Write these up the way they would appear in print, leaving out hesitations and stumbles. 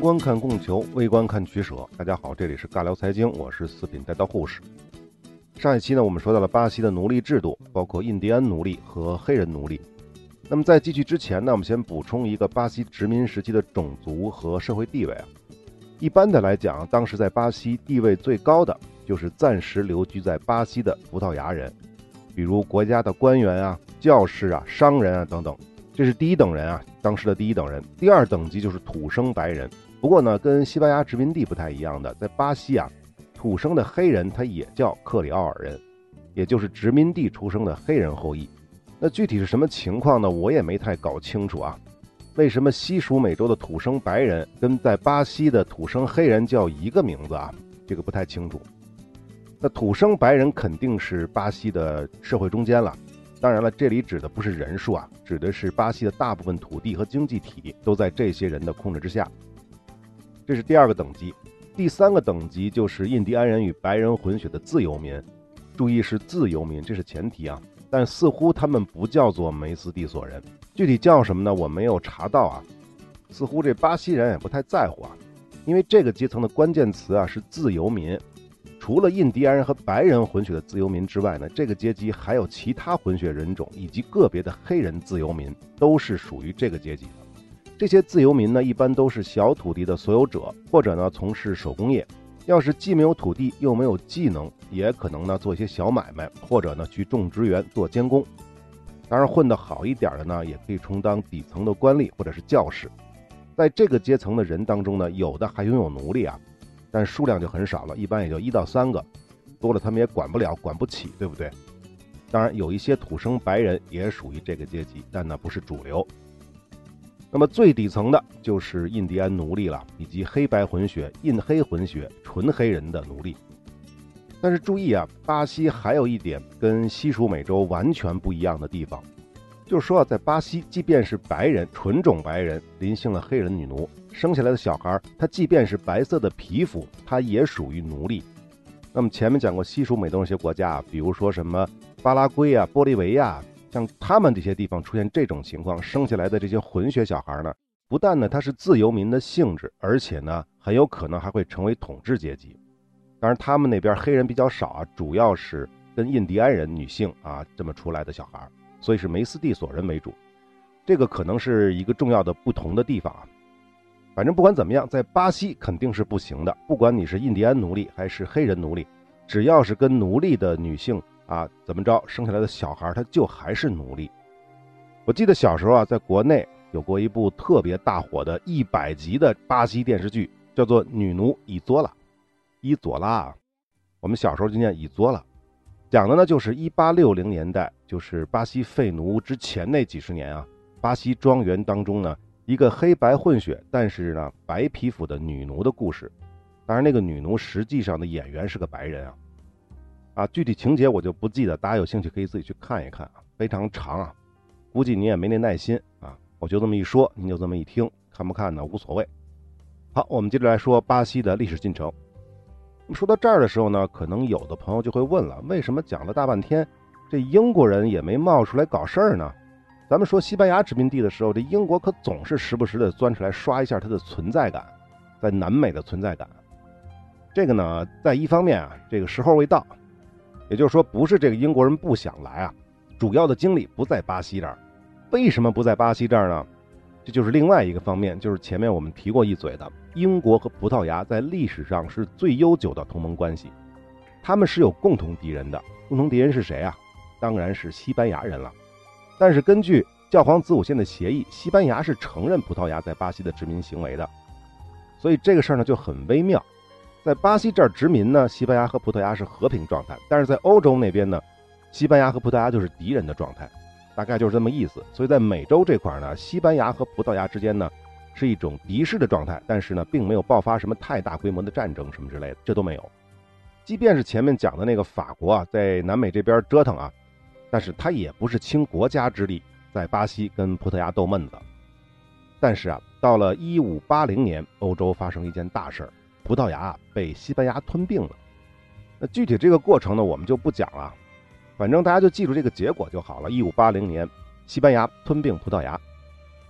观看供求，微观看取舍。大家好，这里是尬聊财经，我是四品带刀护士。上一期呢，我们说到了巴西的奴隶制度，包括印第安奴隶和黑人奴隶。那么在继续之前呢，我们先补充一个巴西殖民时期的种族和社会地位啊。一般的来讲，当时在巴西地位最高的就是暂时留居在巴西的葡萄牙人，比如国家的官员啊、教士啊、商人啊等等。这是第一等人啊，当时的第一等人。第二等级就是土生白人。不过呢，跟西班牙殖民地不太一样的，在巴西啊，土生的黑人他也叫克里奥尔人，也就是殖民地出生的黑人后裔。那具体是什么情况呢？我也没太搞清楚啊。为什么西属美洲的土生白人跟在巴西的土生黑人叫一个名字啊？这个不太清楚。那土生白人肯定是巴西的社会中间了。当然了，这里指的不是人数啊，指的是巴西的大部分土地和经济体都在这些人的控制之下。这是第二个等级。第三个等级就是印第安人与白人混血的自由民。注意是自由民，这是前提啊。但似乎他们不叫做梅斯蒂索人，具体叫什么呢？我没有查到啊。似乎这巴西人也不太在乎啊，因为这个阶层的关键词啊是自由民。除了印第安人和白人混血的自由民之外呢，这个阶级还有其他混血人种以及个别的黑人自由民，都是属于这个阶级的。这些自由民呢，一般都是小土地的所有者，或者呢从事手工业。要是既没有土地又没有技能，也可能呢做一些小买卖，或者呢去种植园做监工。当然混得好一点的呢，也可以充当底层的官吏或者是教士。在这个阶层的人当中呢，有的还拥有奴隶啊，但数量就很少了，一般也就1到3个，多了他们也管不了管不起，对不对？当然有一些土生白人也属于这个阶级，但那不是主流。那么最底层的就是印第安奴隶了，以及黑白混血、印黑混血、纯黑人的奴隶。但是注意啊，巴西还有一点跟西属美洲完全不一样的地方，就是说在巴西，即便是白人、纯种白人临幸了黑人女奴，生下来的小孩他即便是白色的皮肤，他也属于奴隶。那么前面讲过西属美洲那些国家，比如说什么巴拉圭啊、玻利维亚，像他们这些地方出现这种情况，生下来的这些混血小孩呢，不但呢他是自由民的性质，而且呢很有可能还会成为统治阶级。当然他们那边黑人比较少啊，主要是跟印第安人女性啊这么出来的小孩，所以是梅斯蒂索人为主。这个可能是一个重要的不同的地方啊。反正不管怎么样，在巴西肯定是不行的，不管你是印第安奴隶还是黑人奴隶，只要是跟奴隶的女性啊怎么着生下来的小孩，他就还是奴隶。我记得小时候啊，在国内有过一部特别大火的100集的巴西电视剧，叫做《女奴伊佐拉》。伊佐拉啊，我们小时候就念伊佐拉，讲的呢就是1860年代，就是巴西废奴之前那几十年啊，巴西庄园当中呢一个黑白混血但是呢白皮肤的女奴的故事。当然那个女奴实际上的演员是个白人啊，具体情节我就不记得，大家有兴趣可以自己去看一看啊，非常长啊，估计你也没那耐心啊，我就这么一说，您就这么一听，看不看呢无所谓。好，我们接着来说巴西的历史进程。说到这儿的时候呢，可能有的朋友就会问了，为什么讲了大半天这英国人也没冒出来搞事儿呢？咱们说西班牙殖民地的时候，这英国可总是时不时的钻出来刷一下它的存在感，在南美的存在感。这个呢，在一方面啊，这个时候未到，也就是说不是这个英国人不想来啊，主要的精力不在巴西这儿。为什么不在巴西这儿呢？这就是另外一个方面，就是前面我们提过一嘴的，英国和葡萄牙在历史上是最悠久的同盟关系，他们是有共同敌人的。共同敌人是谁啊？当然是西班牙人了。但是根据教皇子午线的协议，西班牙是承认葡萄牙在巴西的殖民行为的，所以这个事儿呢就很微妙。在巴西这儿殖民呢，西班牙和葡萄牙是和平状态，但是在欧洲那边呢，西班牙和葡萄牙就是敌人的状态，大概就是这么意思。所以在美洲这块呢，西班牙和葡萄牙之间呢是一种敌视的状态，但是呢并没有爆发什么太大规模的战争什么之类的，这都没有。即便是前面讲的那个法国啊，在南美这边折腾啊，但是他也不是倾国家之力在巴西跟葡萄牙斗闷子。但是啊，到了1580年，欧洲发生一件大事儿，葡萄牙被西班牙吞并了。那具体这个过程呢，我们就不讲了，反正大家就记住这个结果就好了。1580年，西班牙吞并葡萄牙。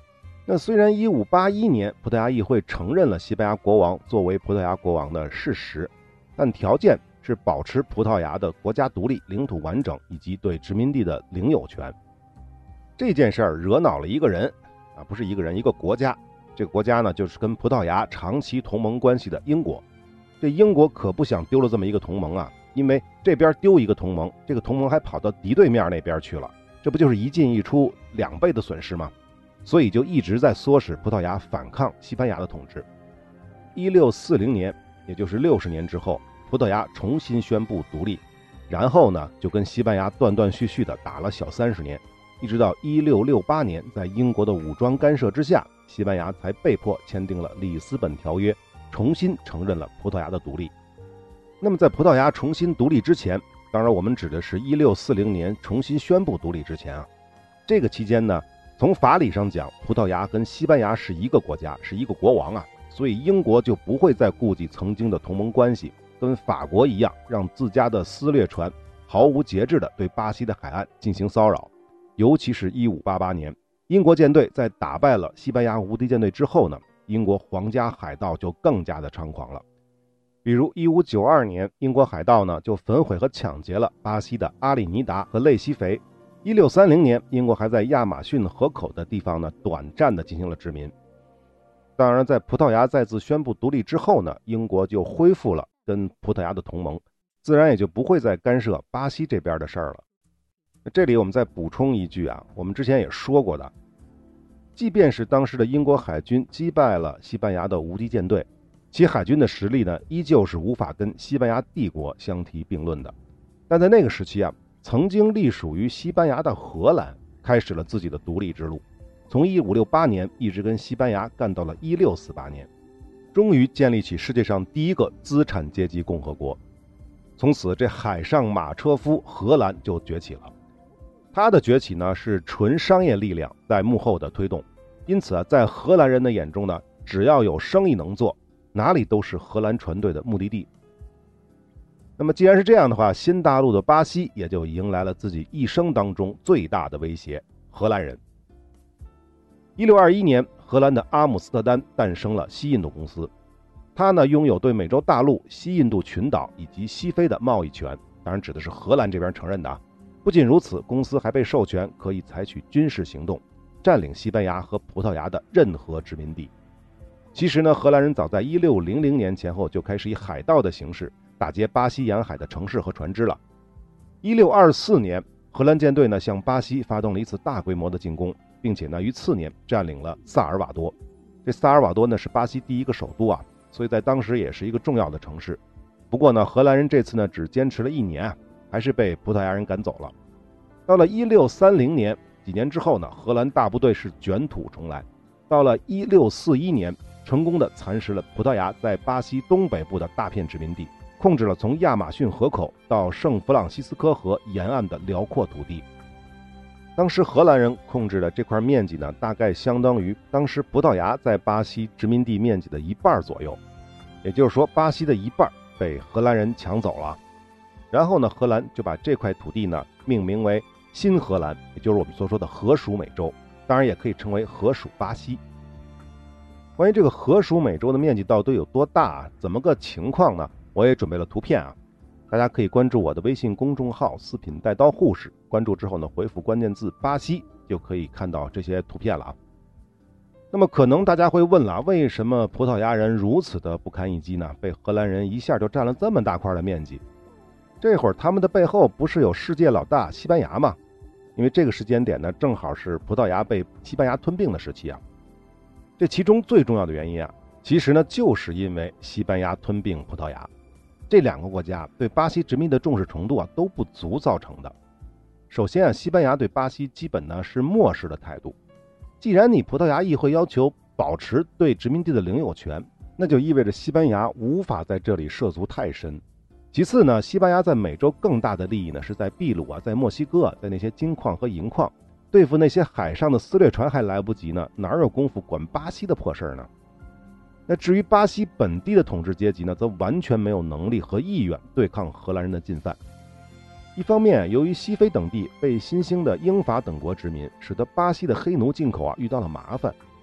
那虽然1581年葡萄牙议会承认了西班牙国王作为葡萄牙国王的事实，但条件是保持葡萄牙的国家独立、领土完整以及对殖民地的领有权。这件事儿惹恼了一个人啊，不是一个人，一个国家。这个国家呢，就是跟葡萄牙长期同盟关系的英国。这英国可不想丢了这么一个同盟啊，因为这边丢一个同盟，这个同盟还跑到敌对面那边去了，这不就是一进一出2倍的损失吗？所以就一直在唆使葡萄牙反抗西班牙的统治。1640年，也就是60年之后，葡萄牙重新宣布独立，然后呢，就跟西班牙断断续续的打了小30年，一直到1668年，在英国的武装干涉之下，西班牙才被迫签订了里斯本条约，重新承认了葡萄牙的独立。那么在葡萄牙重新独立之前，当然我们指的是1640年重新宣布独立之前啊，这个期间呢，从法理上讲，葡萄牙跟西班牙是一个国家，是一个国王啊，所以英国就不会再顾及曾经的同盟关系，跟法国一样，让自家的撕掠船毫无节制地对巴西的海岸进行骚扰。尤其是1588年，英国舰队在打败了西班牙无敌舰队之后呢，英国皇家海盗就更加的猖狂了。比如1592年，英国海盗呢就焚毁和抢劫了巴西的阿里尼达和类西肥。1630年，英国还在亚马逊河口的地方呢短暂的进行了殖民。当然，在葡萄牙再次宣布独立之后呢，英国就恢复了跟葡萄牙的同盟，自然也就不会再干涉巴西这边的事儿了。这里我们再补充一句啊，我们之前也说过的，即便是当时的英国海军击败了西班牙的无敌舰队，其海军的实力呢，依旧是无法跟西班牙帝国相提并论的。但在那个时期啊，曾经隶属于西班牙的荷兰开始了自己的独立之路，从1568年一直跟西班牙干到了1648年，终于建立起世界上第一个资产阶级共和国。从此，这海上马车夫荷兰就崛起了。它的崛起呢，是纯商业力量在幕后的推动，因此啊，在荷兰人的眼中呢，只要有生意能做，哪里都是荷兰船队的目的地。那么既然是这样的话，新大陆的巴西也就迎来了自己一生当中最大的威胁——荷兰人。1621年，荷兰的阿姆斯特丹诞生了西印度公司，它呢拥有对美洲大陆、西印度群岛以及西非的贸易权，当然指的是荷兰这边承认的啊。不仅如此，公司还被授权可以采取军事行动，占领西班牙和葡萄牙的任何殖民地。其实呢，荷兰人早在1600年前后就开始以海盗的形式打劫巴西沿海的城市和船只了。1624年，荷兰舰队呢向巴西发动了一次大规模的进攻，并且呢于次年占领了萨尔瓦多。这萨尔瓦多呢是巴西第一个首都啊，所以在当时也是一个重要的城市。不过呢，荷兰人这次呢只坚持了1年啊，还是被葡萄牙人赶走了。到了1630年，几年之后呢，荷兰大部队是卷土重来。到了1641年，成功的蚕食了葡萄牙在巴西东北部的大片殖民地，控制了从亚马逊河口到圣弗朗西斯科河沿岸的辽阔土地。当时荷兰人控制的这块面积呢，大概相当于当时葡萄牙在巴西殖民地面积的1半左右，也就是说，巴西的1半被荷兰人抢走了。然后呢，荷兰就把这块土地呢命名为新荷兰，也就是我们所说的荷属美洲，当然也可以称为荷属巴西。关于这个荷属美洲的面积到底有多大，怎么个情况呢？我也准备了图片啊，大家可以关注我的微信公众号四品带刀护士，关注之后呢，回复关键字巴西就可以看到这些图片了啊。那么可能大家会问了，为什么葡萄牙人如此的不堪一击呢？被荷兰人一下就占了这么大块的面积？这会儿他们的背后不是有世界老大西班牙吗？因为这个时间点呢，正好是葡萄牙被西班牙吞并的时期啊。这其中最重要的原因啊，其实呢就是因为西班牙吞并葡萄牙，这2个国家对巴西殖民的重视程度啊都不足造成的。首先啊，西班牙对巴西基本呢是漠视的态度。既然你葡萄牙议会要求保持对殖民地的领有权，那就意味着西班牙无法在这里涉足太深。其次呢，西班牙在美洲更大的利益呢是在秘鲁啊，在墨西哥啊，在那些金矿和银矿，对付那些海上的撕掠船还来不及呢，哪有功夫管巴西的破事呢？那至于巴西本地的统治阶级呢，则完全没有能力和意愿对抗荷兰人的进犯。一方面，由于西非等地被新兴的英法等国殖民，使得巴西的黑奴进口啊遇到了麻烦。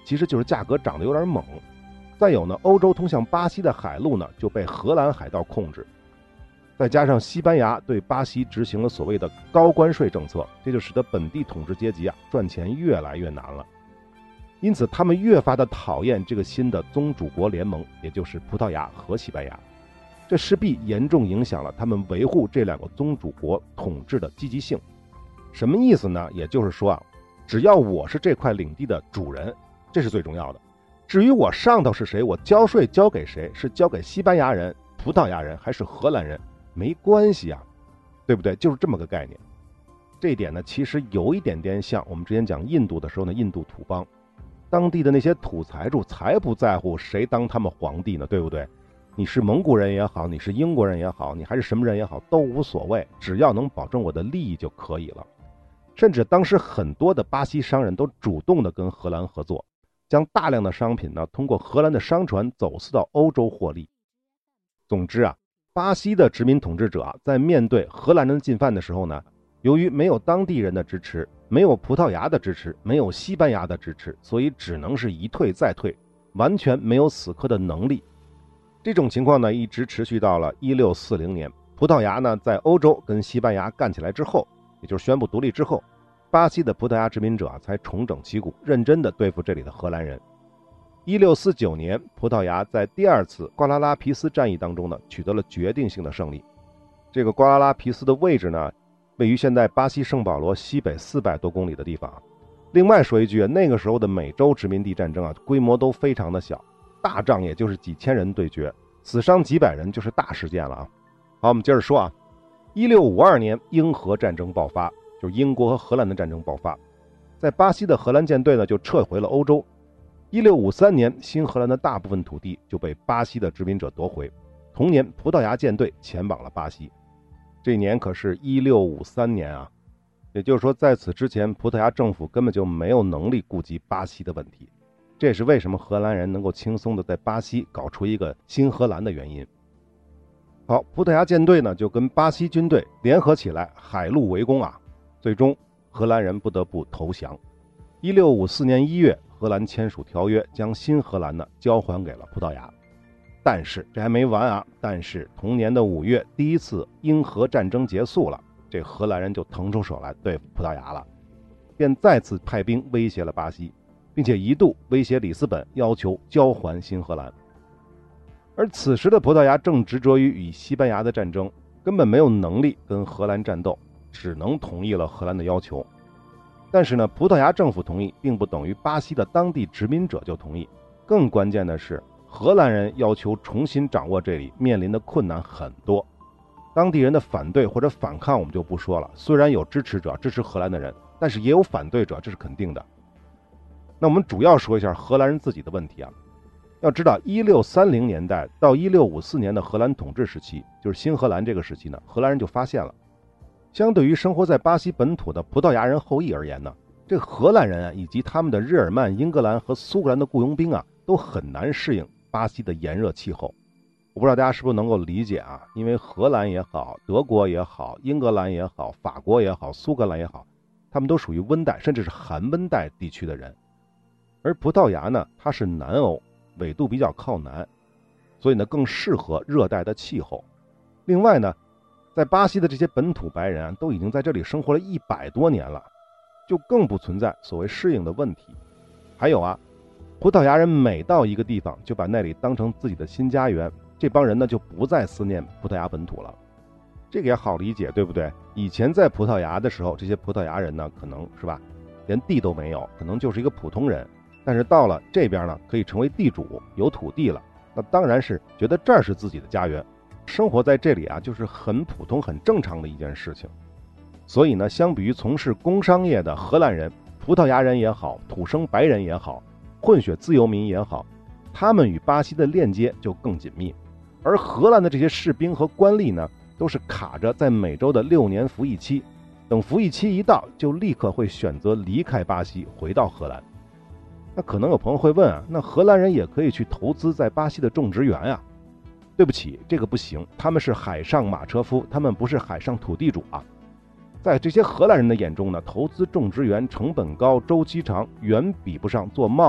其实就是价格涨得有点猛。再有呢，欧洲通向巴西的海路呢就被荷兰海盗控制，再加上西班牙对巴西执行了所谓的高关税政策，这就使得本地统治阶级赚钱越来越难了。因此他们越发的讨厌这个新的宗主国联盟，也就是葡萄牙和西班牙，这势必严重影响了他们维护这两个宗主国统治的积极性。什么意思呢？也就是说只要我是这块领地的主人，这是最重要的。至于我上头是谁，我交税交给谁，是交给西班牙人、葡萄牙人还是荷兰人，没关系对不对？就是这么个概念。这一点呢，其实有一点点像我们之前讲印度的时候呢，印度土邦，当地的那些土财主才不在乎谁当他们皇帝呢，对不对？你是蒙古人也好，你是英国人也好，你还是什么人也好，都无所谓，只要能保证我的利益就可以了。甚至当时很多的巴西商人都主动的跟荷兰合作，将大量的商品呢通过荷兰的商船走私到欧洲获利。总之巴西的殖民统治者在面对荷兰人进犯的时候呢，由于没有当地人的支持，没有葡萄牙的支持，没有西班牙的支持，所以只能是一退再退，完全没有死磕的能力。这种情况呢一直持续到了1640年，葡萄牙呢在欧洲跟西班牙干起来之后，也就是宣布独立之后，巴西的葡萄牙殖民者才重整旗鼓，认真的对付这里的荷兰人。1649年，葡萄牙在第二次瓜拉拉皮斯战役当中呢取得了决定性的胜利。这个瓜拉拉皮斯的位置呢位于现在巴西圣保罗西北400多公里的地方。另外说一句，那个时候的美洲殖民地战争规模都非常的小，大仗也就是几千人对决，死伤几百人就是大事件了好，我们接着说1652年英荷战争爆发，就是英国和荷兰的战争爆发，在巴西的荷兰舰队呢就撤回了欧洲。1653年，新荷兰的大部分土地就被巴西的殖民者夺回，同年葡萄牙舰队前往了巴西。这年可是1653年也就是说在此之前葡萄牙政府根本就没有能力顾及巴西的问题，这也是为什么荷兰人能够轻松的在巴西搞出一个新荷兰的原因。好，葡萄牙舰队呢就跟巴西军队联合起来海陆围攻最终荷兰人不得不投降。1654年1月，荷兰签署条约，将新荷兰呢交还给了葡萄牙。但是这还没完但是同年的5月，第一次英荷战争结束了，这荷兰人就腾出手来对付葡萄牙了，便再次派兵威胁了巴西，并且一度威胁里斯本，要求交还新荷兰。而此时的葡萄牙正执着于与西班牙的战争，根本没有能力跟荷兰战斗，只能同意了荷兰的要求。但是呢，葡萄牙政府同意并不等于巴西的当地殖民者就同意，更关键的是荷兰人要求重新掌握这里，面临的困难很多。当地人的反对或者反抗我们就不说了，虽然有支持者支持荷兰的人，但是也有反对者，这是肯定的。那我们主要说一下荷兰人自己的问题要知道1630年代到1654年的荷兰统治时期，就是新荷兰这个时期呢，荷兰人就发现了，相对于生活在巴西本土的葡萄牙人后裔而言呢，这个荷兰人以及他们的日耳曼、英格兰和苏格兰的雇佣兵都很难适应巴西的炎热气候。我不知道大家是不是能够理解因为荷兰也好，德国也好，英格兰也好，法国也好，苏格兰也好，他们都属于温带甚至是寒温带地区的人。而葡萄牙呢，它是南欧，纬度比较靠南，所以呢更适合热带的气候。另外呢，在巴西的这些本土白人都已经在这里生活了100多年了，就更不存在所谓适应的问题。还有葡萄牙人每到一个地方就把那里当成自己的新家园，这帮人呢就不再思念葡萄牙本土了。这个也好理解，对不对？以前在葡萄牙的时候，这些葡萄牙人呢可能是吧，连地都没有，可能就是一个普通人，但是到了这边呢可以成为地主，有土地了，那当然是觉得这儿是自己的家园，生活在这里就是很普通很正常的一件事情。所以呢，相比于从事工商业的荷兰人、葡萄牙人也好，土生白人也好，混血自由民也好，他们与巴西的链接就更紧密。而荷兰的这些士兵和官吏呢，都是卡着在美洲的6年服役期，等服役期一到，就立刻会选择离开巴西，回到荷兰。那可能有朋友会问那荷兰人也可以去投资在巴西的种植园对不起，这个不行，他们是海上马车夫，他们不是海上土地主在这些荷兰人的眼中呢，投资种植园成本高，周期长，远比不上做贸易，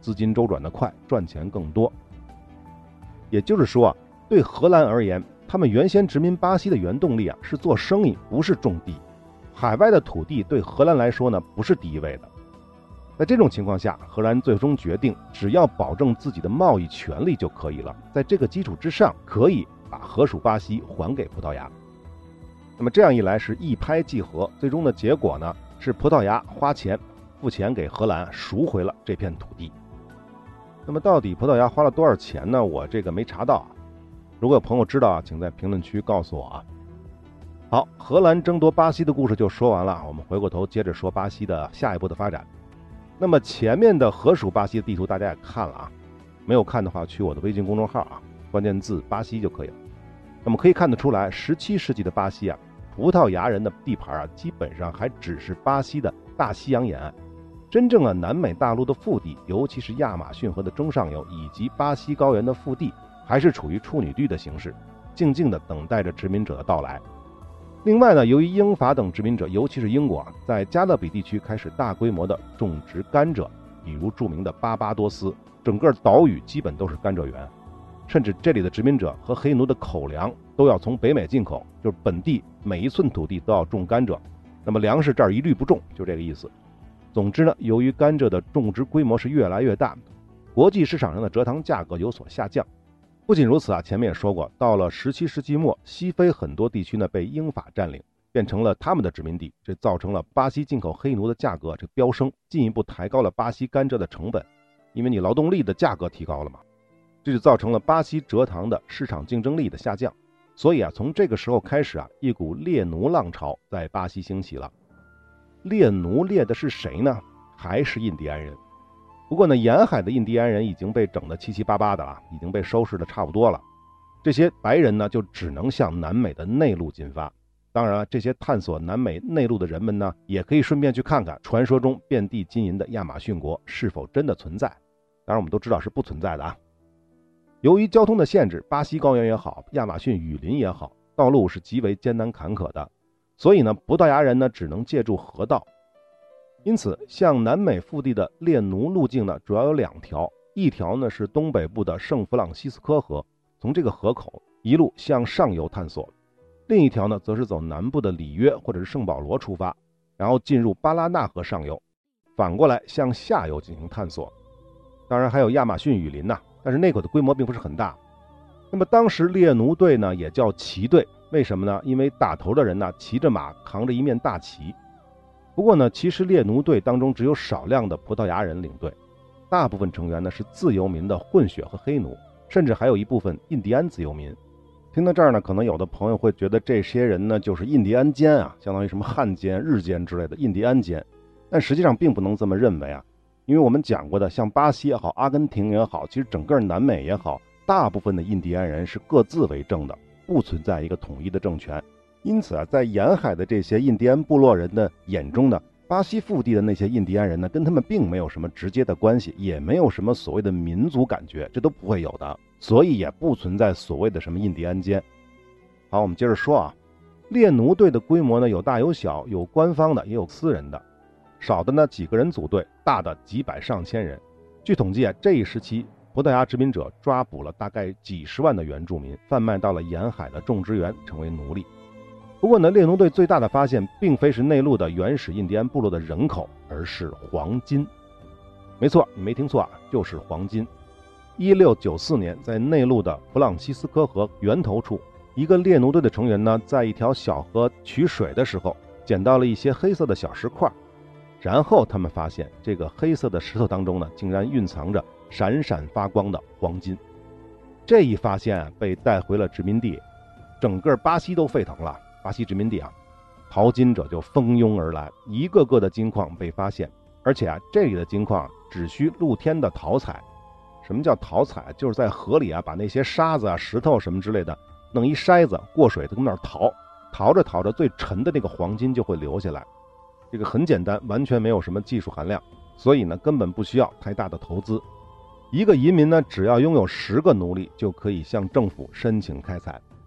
资金周转得快，赚钱更多。也就是说啊，对荷兰而言，他们原先殖民巴西的原动力啊是做生意，不是种地。海外的土地对荷兰来说呢不是第一位的。在这种情况下，荷兰最终决定，只要保证自己的贸易权利就可以了，在这个基础之上，可以把荷属巴西还给葡萄牙。那么这样一来是一拍即合，最终的结果呢是葡萄牙付钱给荷兰赎回了这片土地。那么到底葡萄牙花了多少钱呢？我这个没查到啊，如果有朋友知道啊，请在评论区告诉我啊。好，荷兰争夺巴西的故事就说完了，我们回过头接着说巴西的下一步的发展。那么前面的荷属巴西的地图大家也看了啊，没有看的话去我的微信公众号啊，关键字巴西就可以了。那么可以看得出来，17世纪的巴西啊，葡萄牙人的地盘啊，基本上还只是巴西的大西洋沿岸。真正的南美大陆的腹地，尤其是亚马逊河的中上游以及巴西高原的腹地，还是处于处女地的形式，静静地等待着殖民者的到来。另外呢，由于英法等殖民者，尤其是英国在加勒比地区开始大规模的种植甘蔗，比如著名的巴巴多斯，整个岛屿基本都是甘蔗园，甚至这里的殖民者和黑奴的口粮都要从北美进口，就是本地每一寸土地都要种甘蔗，那么粮食这儿一律不种，就这个意思。总之呢，由于甘蔗的种植规模是越来越大，国际市场上的蔗糖价格有所下降。不仅如此啊，前面也说过，到了17世纪末，西非很多地区呢被英法占领，变成了他们的殖民地，这造成了巴西进口黑奴的价格飙升，进一步抬高了巴西甘蔗的成本，因为你劳动力的价格提高了嘛，这就造成了巴西蔗糖的市场竞争力的下降。所以啊，从这个时候开始啊，一股猎奴浪潮在巴西兴起了。猎奴猎的是谁呢？还是印第安人。不过呢，沿海的印第安人已经被整得七七八八的了，已经被收拾的差不多了。这些白人呢，就只能向南美的内陆进发。当然了，这些探索南美内陆的人们呢，也可以顺便去看看传说中遍地金银的亚马逊国是否真的存在。当然我们都知道是不存在的啊。由于交通的限制，巴西高原也好，亚马逊雨林也好，道路是极为艰难坎坷的，所以呢，葡萄牙人呢只能借助河道。因此向南美腹地的猎奴路径呢主要有2条，一条呢是东北部的圣弗朗西斯科河，从这个河口一路向上游探索，另一条呢则是走南部的里约或者是圣保罗出发，然后进入巴拉那河上游，反过来向下游进行探索。当然还有亚马逊雨林但是那口的规模并不是很大。那么当时猎奴队呢也叫骑队，为什么呢？因为打头的人呢骑着马，扛着一面大旗。不过呢，其实猎奴队当中只有少量的葡萄牙人领队，大部分成员呢是自由民的混血和黑奴，甚至还有一部分印第安自由民。听到这儿呢，可能有的朋友会觉得这些人呢就是印第安奸啊，相当于什么汉奸、日奸之类的印第安奸，但实际上并不能这么认为啊，因为我们讲过的，像巴西也好，阿根廷也好，其实整个南美也好，大部分的印第安人是各自为政的，不存在一个统一的政权。因此啊，在沿海的这些印第安部落人的眼中呢，巴西腹地的那些印第安人呢，跟他们并没有什么直接的关系，也没有什么所谓的民族感觉，这都不会有的，所以也不存在所谓的什么印第安奸。好，我们接着说啊，猎奴队的规模呢有大有小，有官方的也有私人的，少的呢几个人组队，大的几百上千人。据统计啊，这一时期葡萄牙殖民者抓捕了大概几十万的原住民，贩卖到了沿海的种植园，成为奴隶。不过呢，猎奴队最大的发现并非是内陆的原始印第安部落的人口，而是黄金。没错，你没听错啊，就是黄金。1694年，在内陆的弗朗西斯科河源头处，一个猎奴队的成员呢，在一条小河取水的时候，捡到了一些黑色的小石块，然后他们发现这个黑色的石头当中呢，竟然蕴藏着闪闪发光的黄金。这一发现被带回了殖民地，整个巴西都沸腾了。巴西殖民地淘金者就蜂拥而来，一个个的金矿被发现，而且这里的金矿只需露天的淘采。什么叫淘采？就是在河里把那些沙子石头什么之类的弄一筛子过水的跟那儿淘着淘着，最沉的那个黄金就会流下来。这个很简单，完全没有什么技术含量，所以呢根本不需要太大的投资。一个移民呢只要拥有10个奴隶就可以向政府申请开采。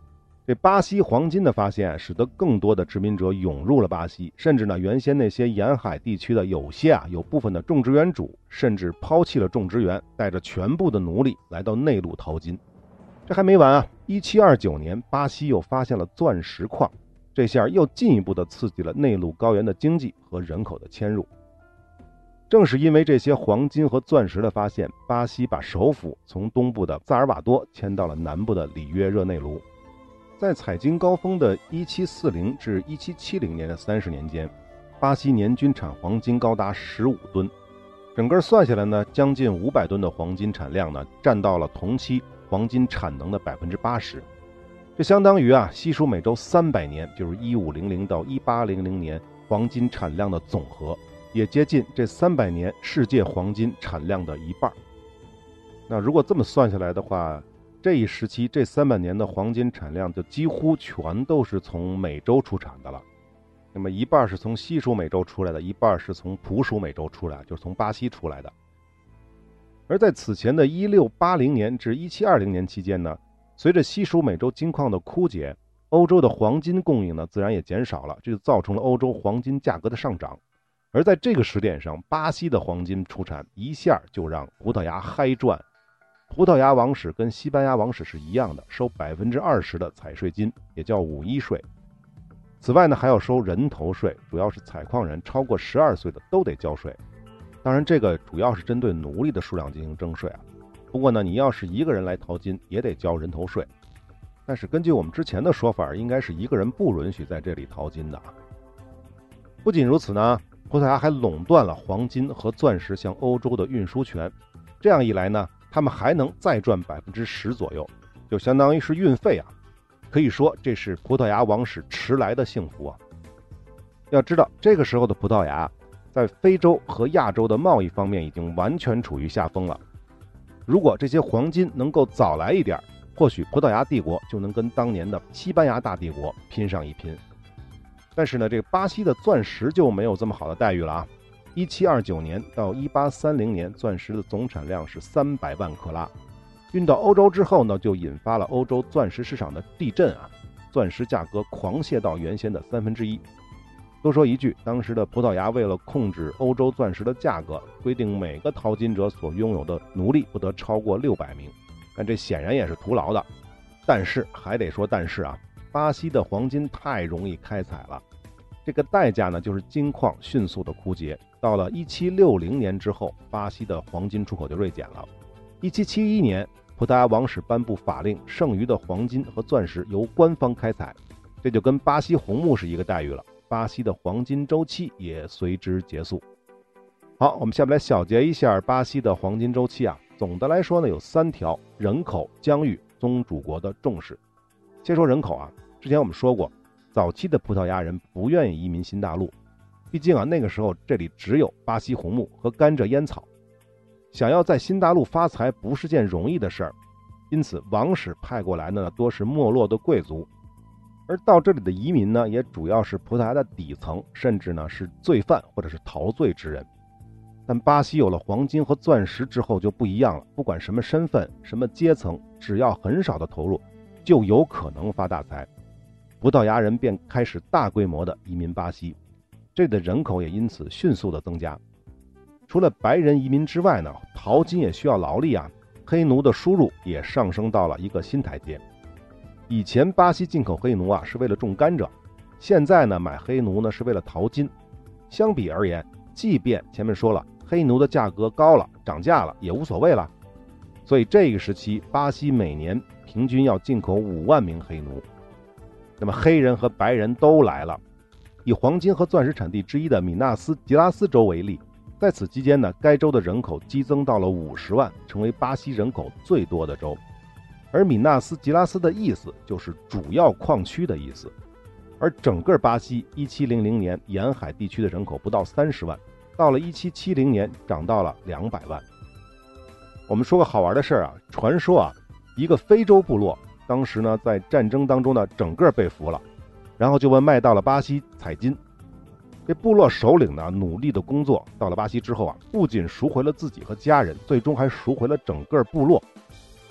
这巴西黄金的发现使得更多的殖民者涌入了巴西，甚至呢，原先那些沿海地区的有部分的种植园主甚至抛弃了种植园，带着全部的奴隶来到内陆淘金。这还没完啊！1729年，巴西又发现了钻石矿，这下又进一步的刺激了内陆高原的经济和人口的迁入。正是因为这些黄金和钻石的发现，巴西把首府从东部的萨尔瓦多迁到了南部的里约热内卢。在采金高峰的1740至1770年的30年间，巴西年均产黄金高达15吨，整个算下来呢，将近500吨的黄金产量呢，占到了同期黄金产能的80%。这相当于西属美洲300年，就是1500到1800年黄金产量的总和，也接近这300年世界黄金产量的一半。那如果这么算下来的话，这一时期这300年的黄金产量就几乎全都是从美洲出产的了。那么一半是从西属美洲出来的，一半是从普属美洲出来，就是从巴西出来的。而在此前的1680年至1720年期间呢，随着西属美洲金矿的枯竭，欧洲的黄金供应呢自然也减少了，这就造成了欧洲黄金价格的上涨。而在这个时点上，巴西的黄金出产一下就让葡萄牙嗨赚。葡萄牙王室跟西班牙王室是一样的，收20%的采税金，也叫51税。此外呢，还要收人头税，主要是采矿人超过12岁的都得交税。当然，这个主要是针对奴隶的数量进行征税啊。不过呢，你要是一个人来淘金，也得交人头税。但是根据我们之前的说法，应该是一个人不允许在这里淘金的。不仅如此呢，葡萄牙还垄断了黄金和钻石向欧洲的运输权。这样一来呢，他们还能再赚10%左右，就相当于是运费啊。可以说这是葡萄牙王室迟来的幸福啊。要知道，这个时候的葡萄牙在非洲和亚洲的贸易方面已经完全处于下风了。如果这些黄金能够早来一点，或许葡萄牙帝国就能跟当年的西班牙大帝国拼上一拼。但是呢，这个巴西的钻石就没有这么好的待遇了啊。1729年到1830年，钻石的总产量是300万克拉。运到欧洲之后呢，就引发了欧洲钻石市场的地震啊，钻石价格狂泻到原先的1/3。多说一句，当时的葡萄牙为了控制欧洲钻石的价格，规定每个淘金者所拥有的奴隶不得超过600名，但这显然也是徒劳的。但是还得说但是啊，巴西的黄金太容易开采了，这个代价呢，就是金矿迅速的枯竭。到了1760年之后，巴西的黄金出口就锐减了。1771年，葡萄牙王室颁布法令，剩余的黄金和钻石由官方开采，这就跟巴西红木是一个待遇了。巴西的黄金周期也随之结束。好，我们下面来小结一下巴西的黄金周期啊。总的来说呢，有3条：人口、疆域、宗主国的重视。先说人口啊，之前我们说过，早期的葡萄牙人不愿意移民新大陆，毕竟啊，那个时候这里只有巴西红木和甘蔗烟草，想要在新大陆发财不是件容易的事儿，因此王室派过来的呢多是没落的贵族，而到这里的移民呢，也主要是葡萄牙的底层，甚至呢是罪犯或者是逃罪之人。但巴西有了黄金和钻石之后就不一样了，不管什么身份、什么阶层，只要很少的投入，就有可能发大财。葡萄牙人便开始大规模的移民巴西，这里的人口也因此迅速的增加。除了白人移民之外呢，淘金也需要劳力啊，黑奴的输入也上升到了一个新台阶。以前巴西进口黑奴啊是为了种甘蔗，现在呢买黑奴呢是为了淘金。相比而言，即便前面说了黑奴的价格高了，涨价了也无所谓了。所以这个时期巴西每年平均要进口5万名黑奴。那么黑人和白人都来了。以黄金和钻石产地之一的米纳斯吉拉斯州为例，在此期间呢，该州的人口激增到了50万，成为巴西人口最多的州。而米纳斯吉拉斯的意思就是主要矿区的意思。而整个巴西1700年沿海地区的人口不到30万，到了1770年涨到了200万。我们说个好玩的事儿啊，传说啊，一个非洲部落当时呢在战争当中呢整个被俘了，然后就被卖到了巴西采金。这部落首领呢努力的工作，到了巴西之后啊，不仅赎回了自己和家人，最终还赎回了整个部落。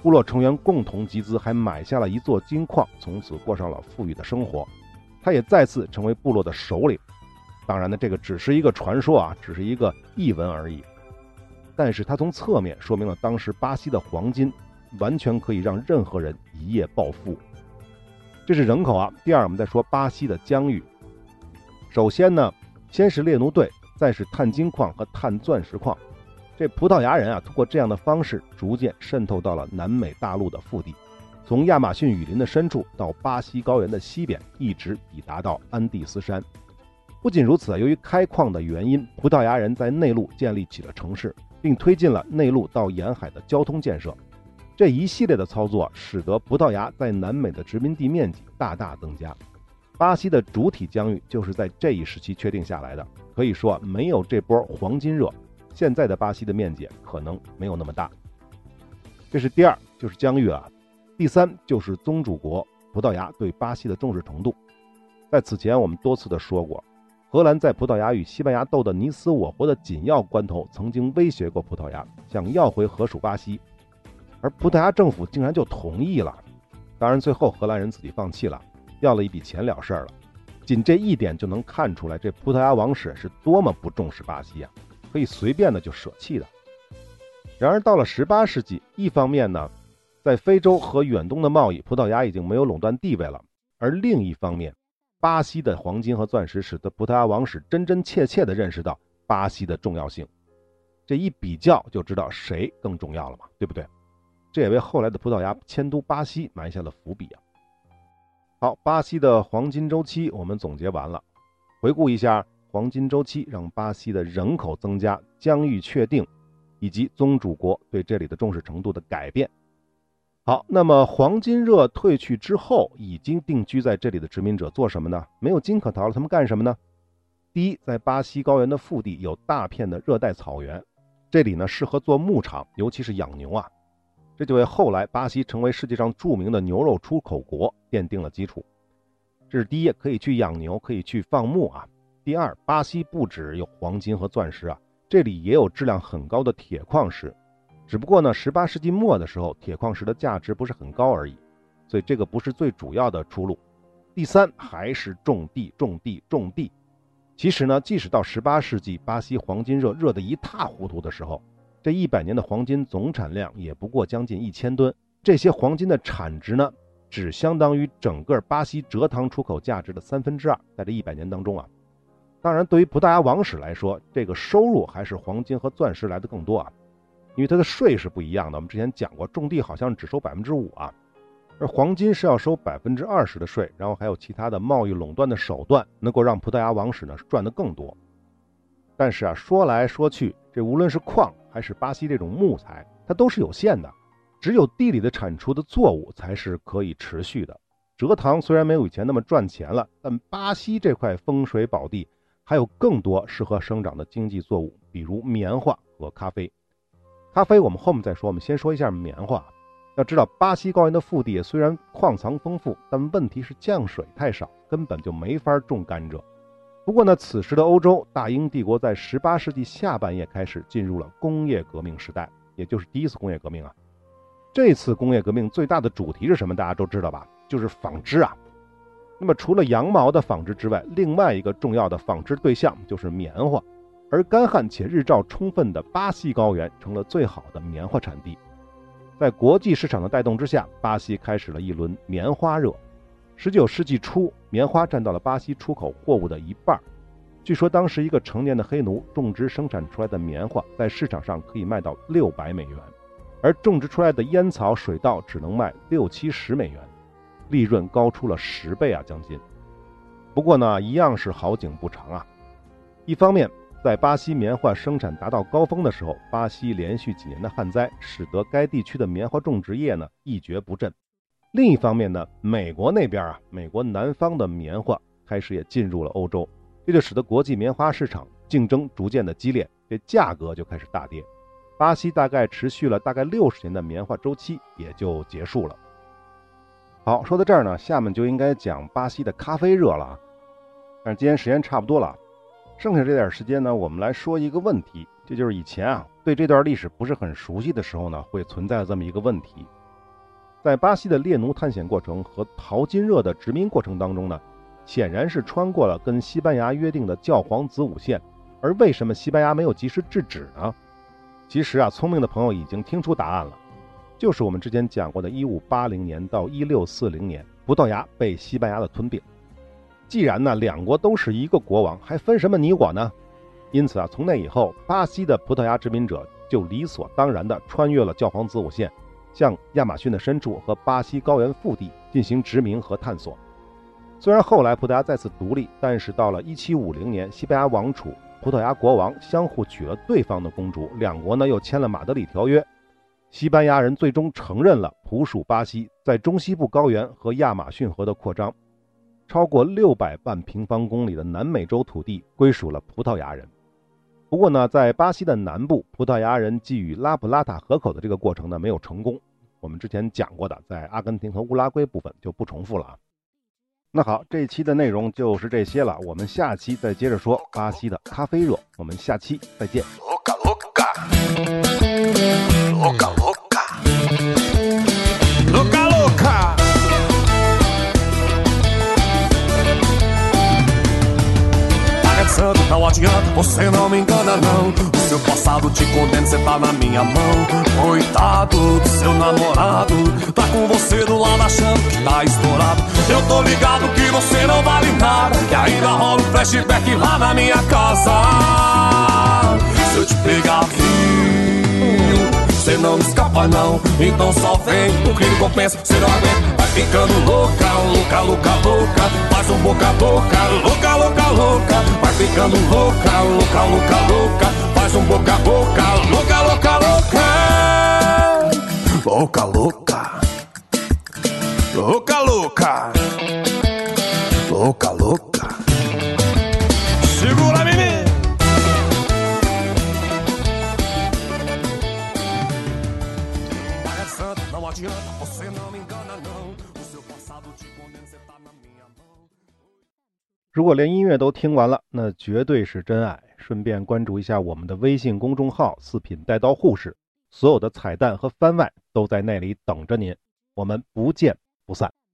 部落成员共同集资，还买下了一座金矿，从此过上了富裕的生活。他也再次成为部落的首领。当然呢，这个只是一个传说啊，只是一个译文而已。但是他从侧面说明了当时巴西的黄金完全可以让任何人一夜暴富。这是人口啊。第二，我们再说巴西的疆域。首先呢，先是猎奴队，再是探金矿和探钻石矿。这葡萄牙人啊，通过这样的方式逐渐渗透到了南美大陆的腹地，从亚马逊雨林的深处到巴西高原的西边，一直抵达到安第斯山。不仅如此，由于开矿的原因，葡萄牙人在内陆建立起了城市，并推进了内陆到沿海的交通建设。这一系列的操作使得葡萄牙在南美的殖民地面积大大增加。巴西的主体疆域就是在这一时期确定下来的。可以说，没有这波黄金热，现在的巴西的面积可能没有那么大。这是第二，就是疆域啊。第三，就是宗主国葡萄牙对巴西的重视程度。在此前我们多次的说过，荷兰在葡萄牙与西班牙斗得你死我活的紧要关头，曾经威胁过葡萄牙，想要回荷属巴西，而葡萄牙政府竟然就同意了。当然最后荷兰人自己放弃了，要了一笔钱了事了。仅这一点就能看出来，这葡萄牙王室是多么不重视巴西啊，可以随便的就舍弃的。然而到了18世纪，一方面呢，在非洲和远东的贸易，葡萄牙已经没有垄断地位了，而另一方面，巴西的黄金和钻石使得葡萄牙王室真真切切地认识到巴西的重要性。这一比较就知道谁更重要了嘛，对不对？这也为后来的葡萄牙迁都巴西埋下了伏笔啊。好，巴西的黄金周期我们总结完了。回顾一下，黄金周期让巴西的人口增加、疆域确定，以及宗主国对这里的重视程度的改变。好，那么黄金热退去之后，已经定居在这里的殖民者做什么呢？没有金可淘了，他们干什么呢？第一，在巴西高原的腹地有大片的热带草原，这里呢适合做牧场，尤其是养牛啊。这就为后来巴西成为世界上著名的牛肉出口国奠定了基础。这是第一，可以去养牛，可以去放牧啊。第二，巴西不只有黄金和钻石啊，这里也有质量很高的铁矿石。只不过呢，18世纪末的时候，铁矿石的价值不是很高而已，所以这个不是最主要的出路。第三，还是种地。其实呢，即使到18世纪，巴西黄金热得一塌糊涂的时候，这100年的黄金总产量也不过将近1000吨。这些黄金的产值呢，只相当于整个巴西蔗糖出口价值的2/3，在这100年当中啊。当然，对于葡萄牙王室来说，这个收入还是黄金和钻石来的更多啊，因为它的税是不一样的。我们之前讲过，种地好像只收5%啊，而黄金是要收20%的税，然后还有其他的贸易垄断的手段，能够让葡萄牙王室呢赚得更多。但是啊，说来说去，这无论是矿还是巴西这种木材，它都是有限的，只有地里的产出的作物才是可以持续的。蔗糖虽然没有以前那么赚钱了，但巴西这块风水宝地还有更多适合生长的经济作物，比如棉花和咖啡。咖啡我们后面再说，我们先说一下棉花。要知道，巴西高原的腹地虽然矿藏丰富，但问题是降水太少，根本就没法种甘蔗。不过呢，此时的欧洲大英帝国在18世纪下半叶开始进入了工业革命时代，也就是第一次工业革命啊。这次工业革命最大的主题是什么？大家都知道吧，就是纺织啊。那么除了羊毛的纺织之外，另外一个重要的纺织对象就是棉花，而干旱且日照充分的巴西高原成了最好的棉花产地。在国际市场的带动之下，巴西开始了一轮棉花热。19世纪初，棉花占到了巴西出口货物的1半。据说当时一个成年的黑奴种植生产出来的棉花在市场上可以卖到$600，而种植出来的烟草水稻只能卖$60-70，利润高出了10倍啊，将近。不过呢，一样是好景不长啊。一方面，在巴西棉花生产达到高峰的时候，巴西连续几年的旱灾使得该地区的棉花种植业呢一蹶不振。另一方面呢，美国那边啊，美国南方的棉花开始也进入了欧洲，这就使得国际棉花市场竞争逐渐的激烈，这价格就开始大跌。巴西大概持续了大概60年的棉花周期也就结束了。好，说到这儿呢，下面就应该讲巴西的咖啡热了。但是今天时间差不多了，剩下这点时间呢，我们来说一个问题，这就是以前啊对这段历史不是很熟悉的时候呢，会存在这么一个问题， 在巴西的猎奴探险过程和淘金热的殖民过程当中呢，显然是穿过了跟西班牙约定的教皇子午线。而为什么西班牙没有及时制止呢？其实啊，聪明的朋友已经听出答案了，就是我们之前讲过的1580年到1640年，葡萄牙被西班牙的吞并。既然呢两国都是一个国王，还分什么你我呢？因此啊，从那以后，巴西的葡萄牙殖民者就理所当然地穿越了教皇子午线，向亚马逊的深处和巴西高原腹地进行殖民和探索。虽然后来葡萄牙再次独立，但是到了1750年，西班牙王储、葡萄牙国王相互娶了对方的公主，两国呢又签了马德里条约，西班牙人最终承认了葡属巴西在中西部高原和亚马逊河的扩张，超过600万平方公里的南美洲土地归属了葡萄牙人。不过呢，在巴西的南部，葡萄牙人觊觎拉普拉塔河口的这个过程呢没有成功。我们之前讲过的，在阿根廷和乌拉圭部分就不重复了啊。那好，这一期的内容就是这些了，我们下期再接着说巴西的咖啡热，我们下期再见。 Não adianta, você não me engana não. O seu passado te condena, cê tá na minha mão. Coitado do seu namorado, tá com você do lado achando que tá estourado. Eu tô ligado que você não vale nada, que ainda rola um flashback lá na minha casa. Se eu te pegar viu, cê não me escapa não. Então só vem, o crime compensa, cê não aguenta. Vai ficando louca, louca, louca, louca. Faz um boca a boca, louca, louca, louca. Vai ficando louca, louca, louca, louca. Faz um boca a boca, louca, louca, louca. Louca, louca. Louca, louca. Louca, louca. Segura, menina. Não adianta, você não me engana não. O seu passado te condena, você tá na minha mão. 如果连音乐都听完了，那绝对是真爱。顺便关注一下我们的微信公众号四品带刀护士，所有的彩蛋和番外都在那里等着您，我们不见不散。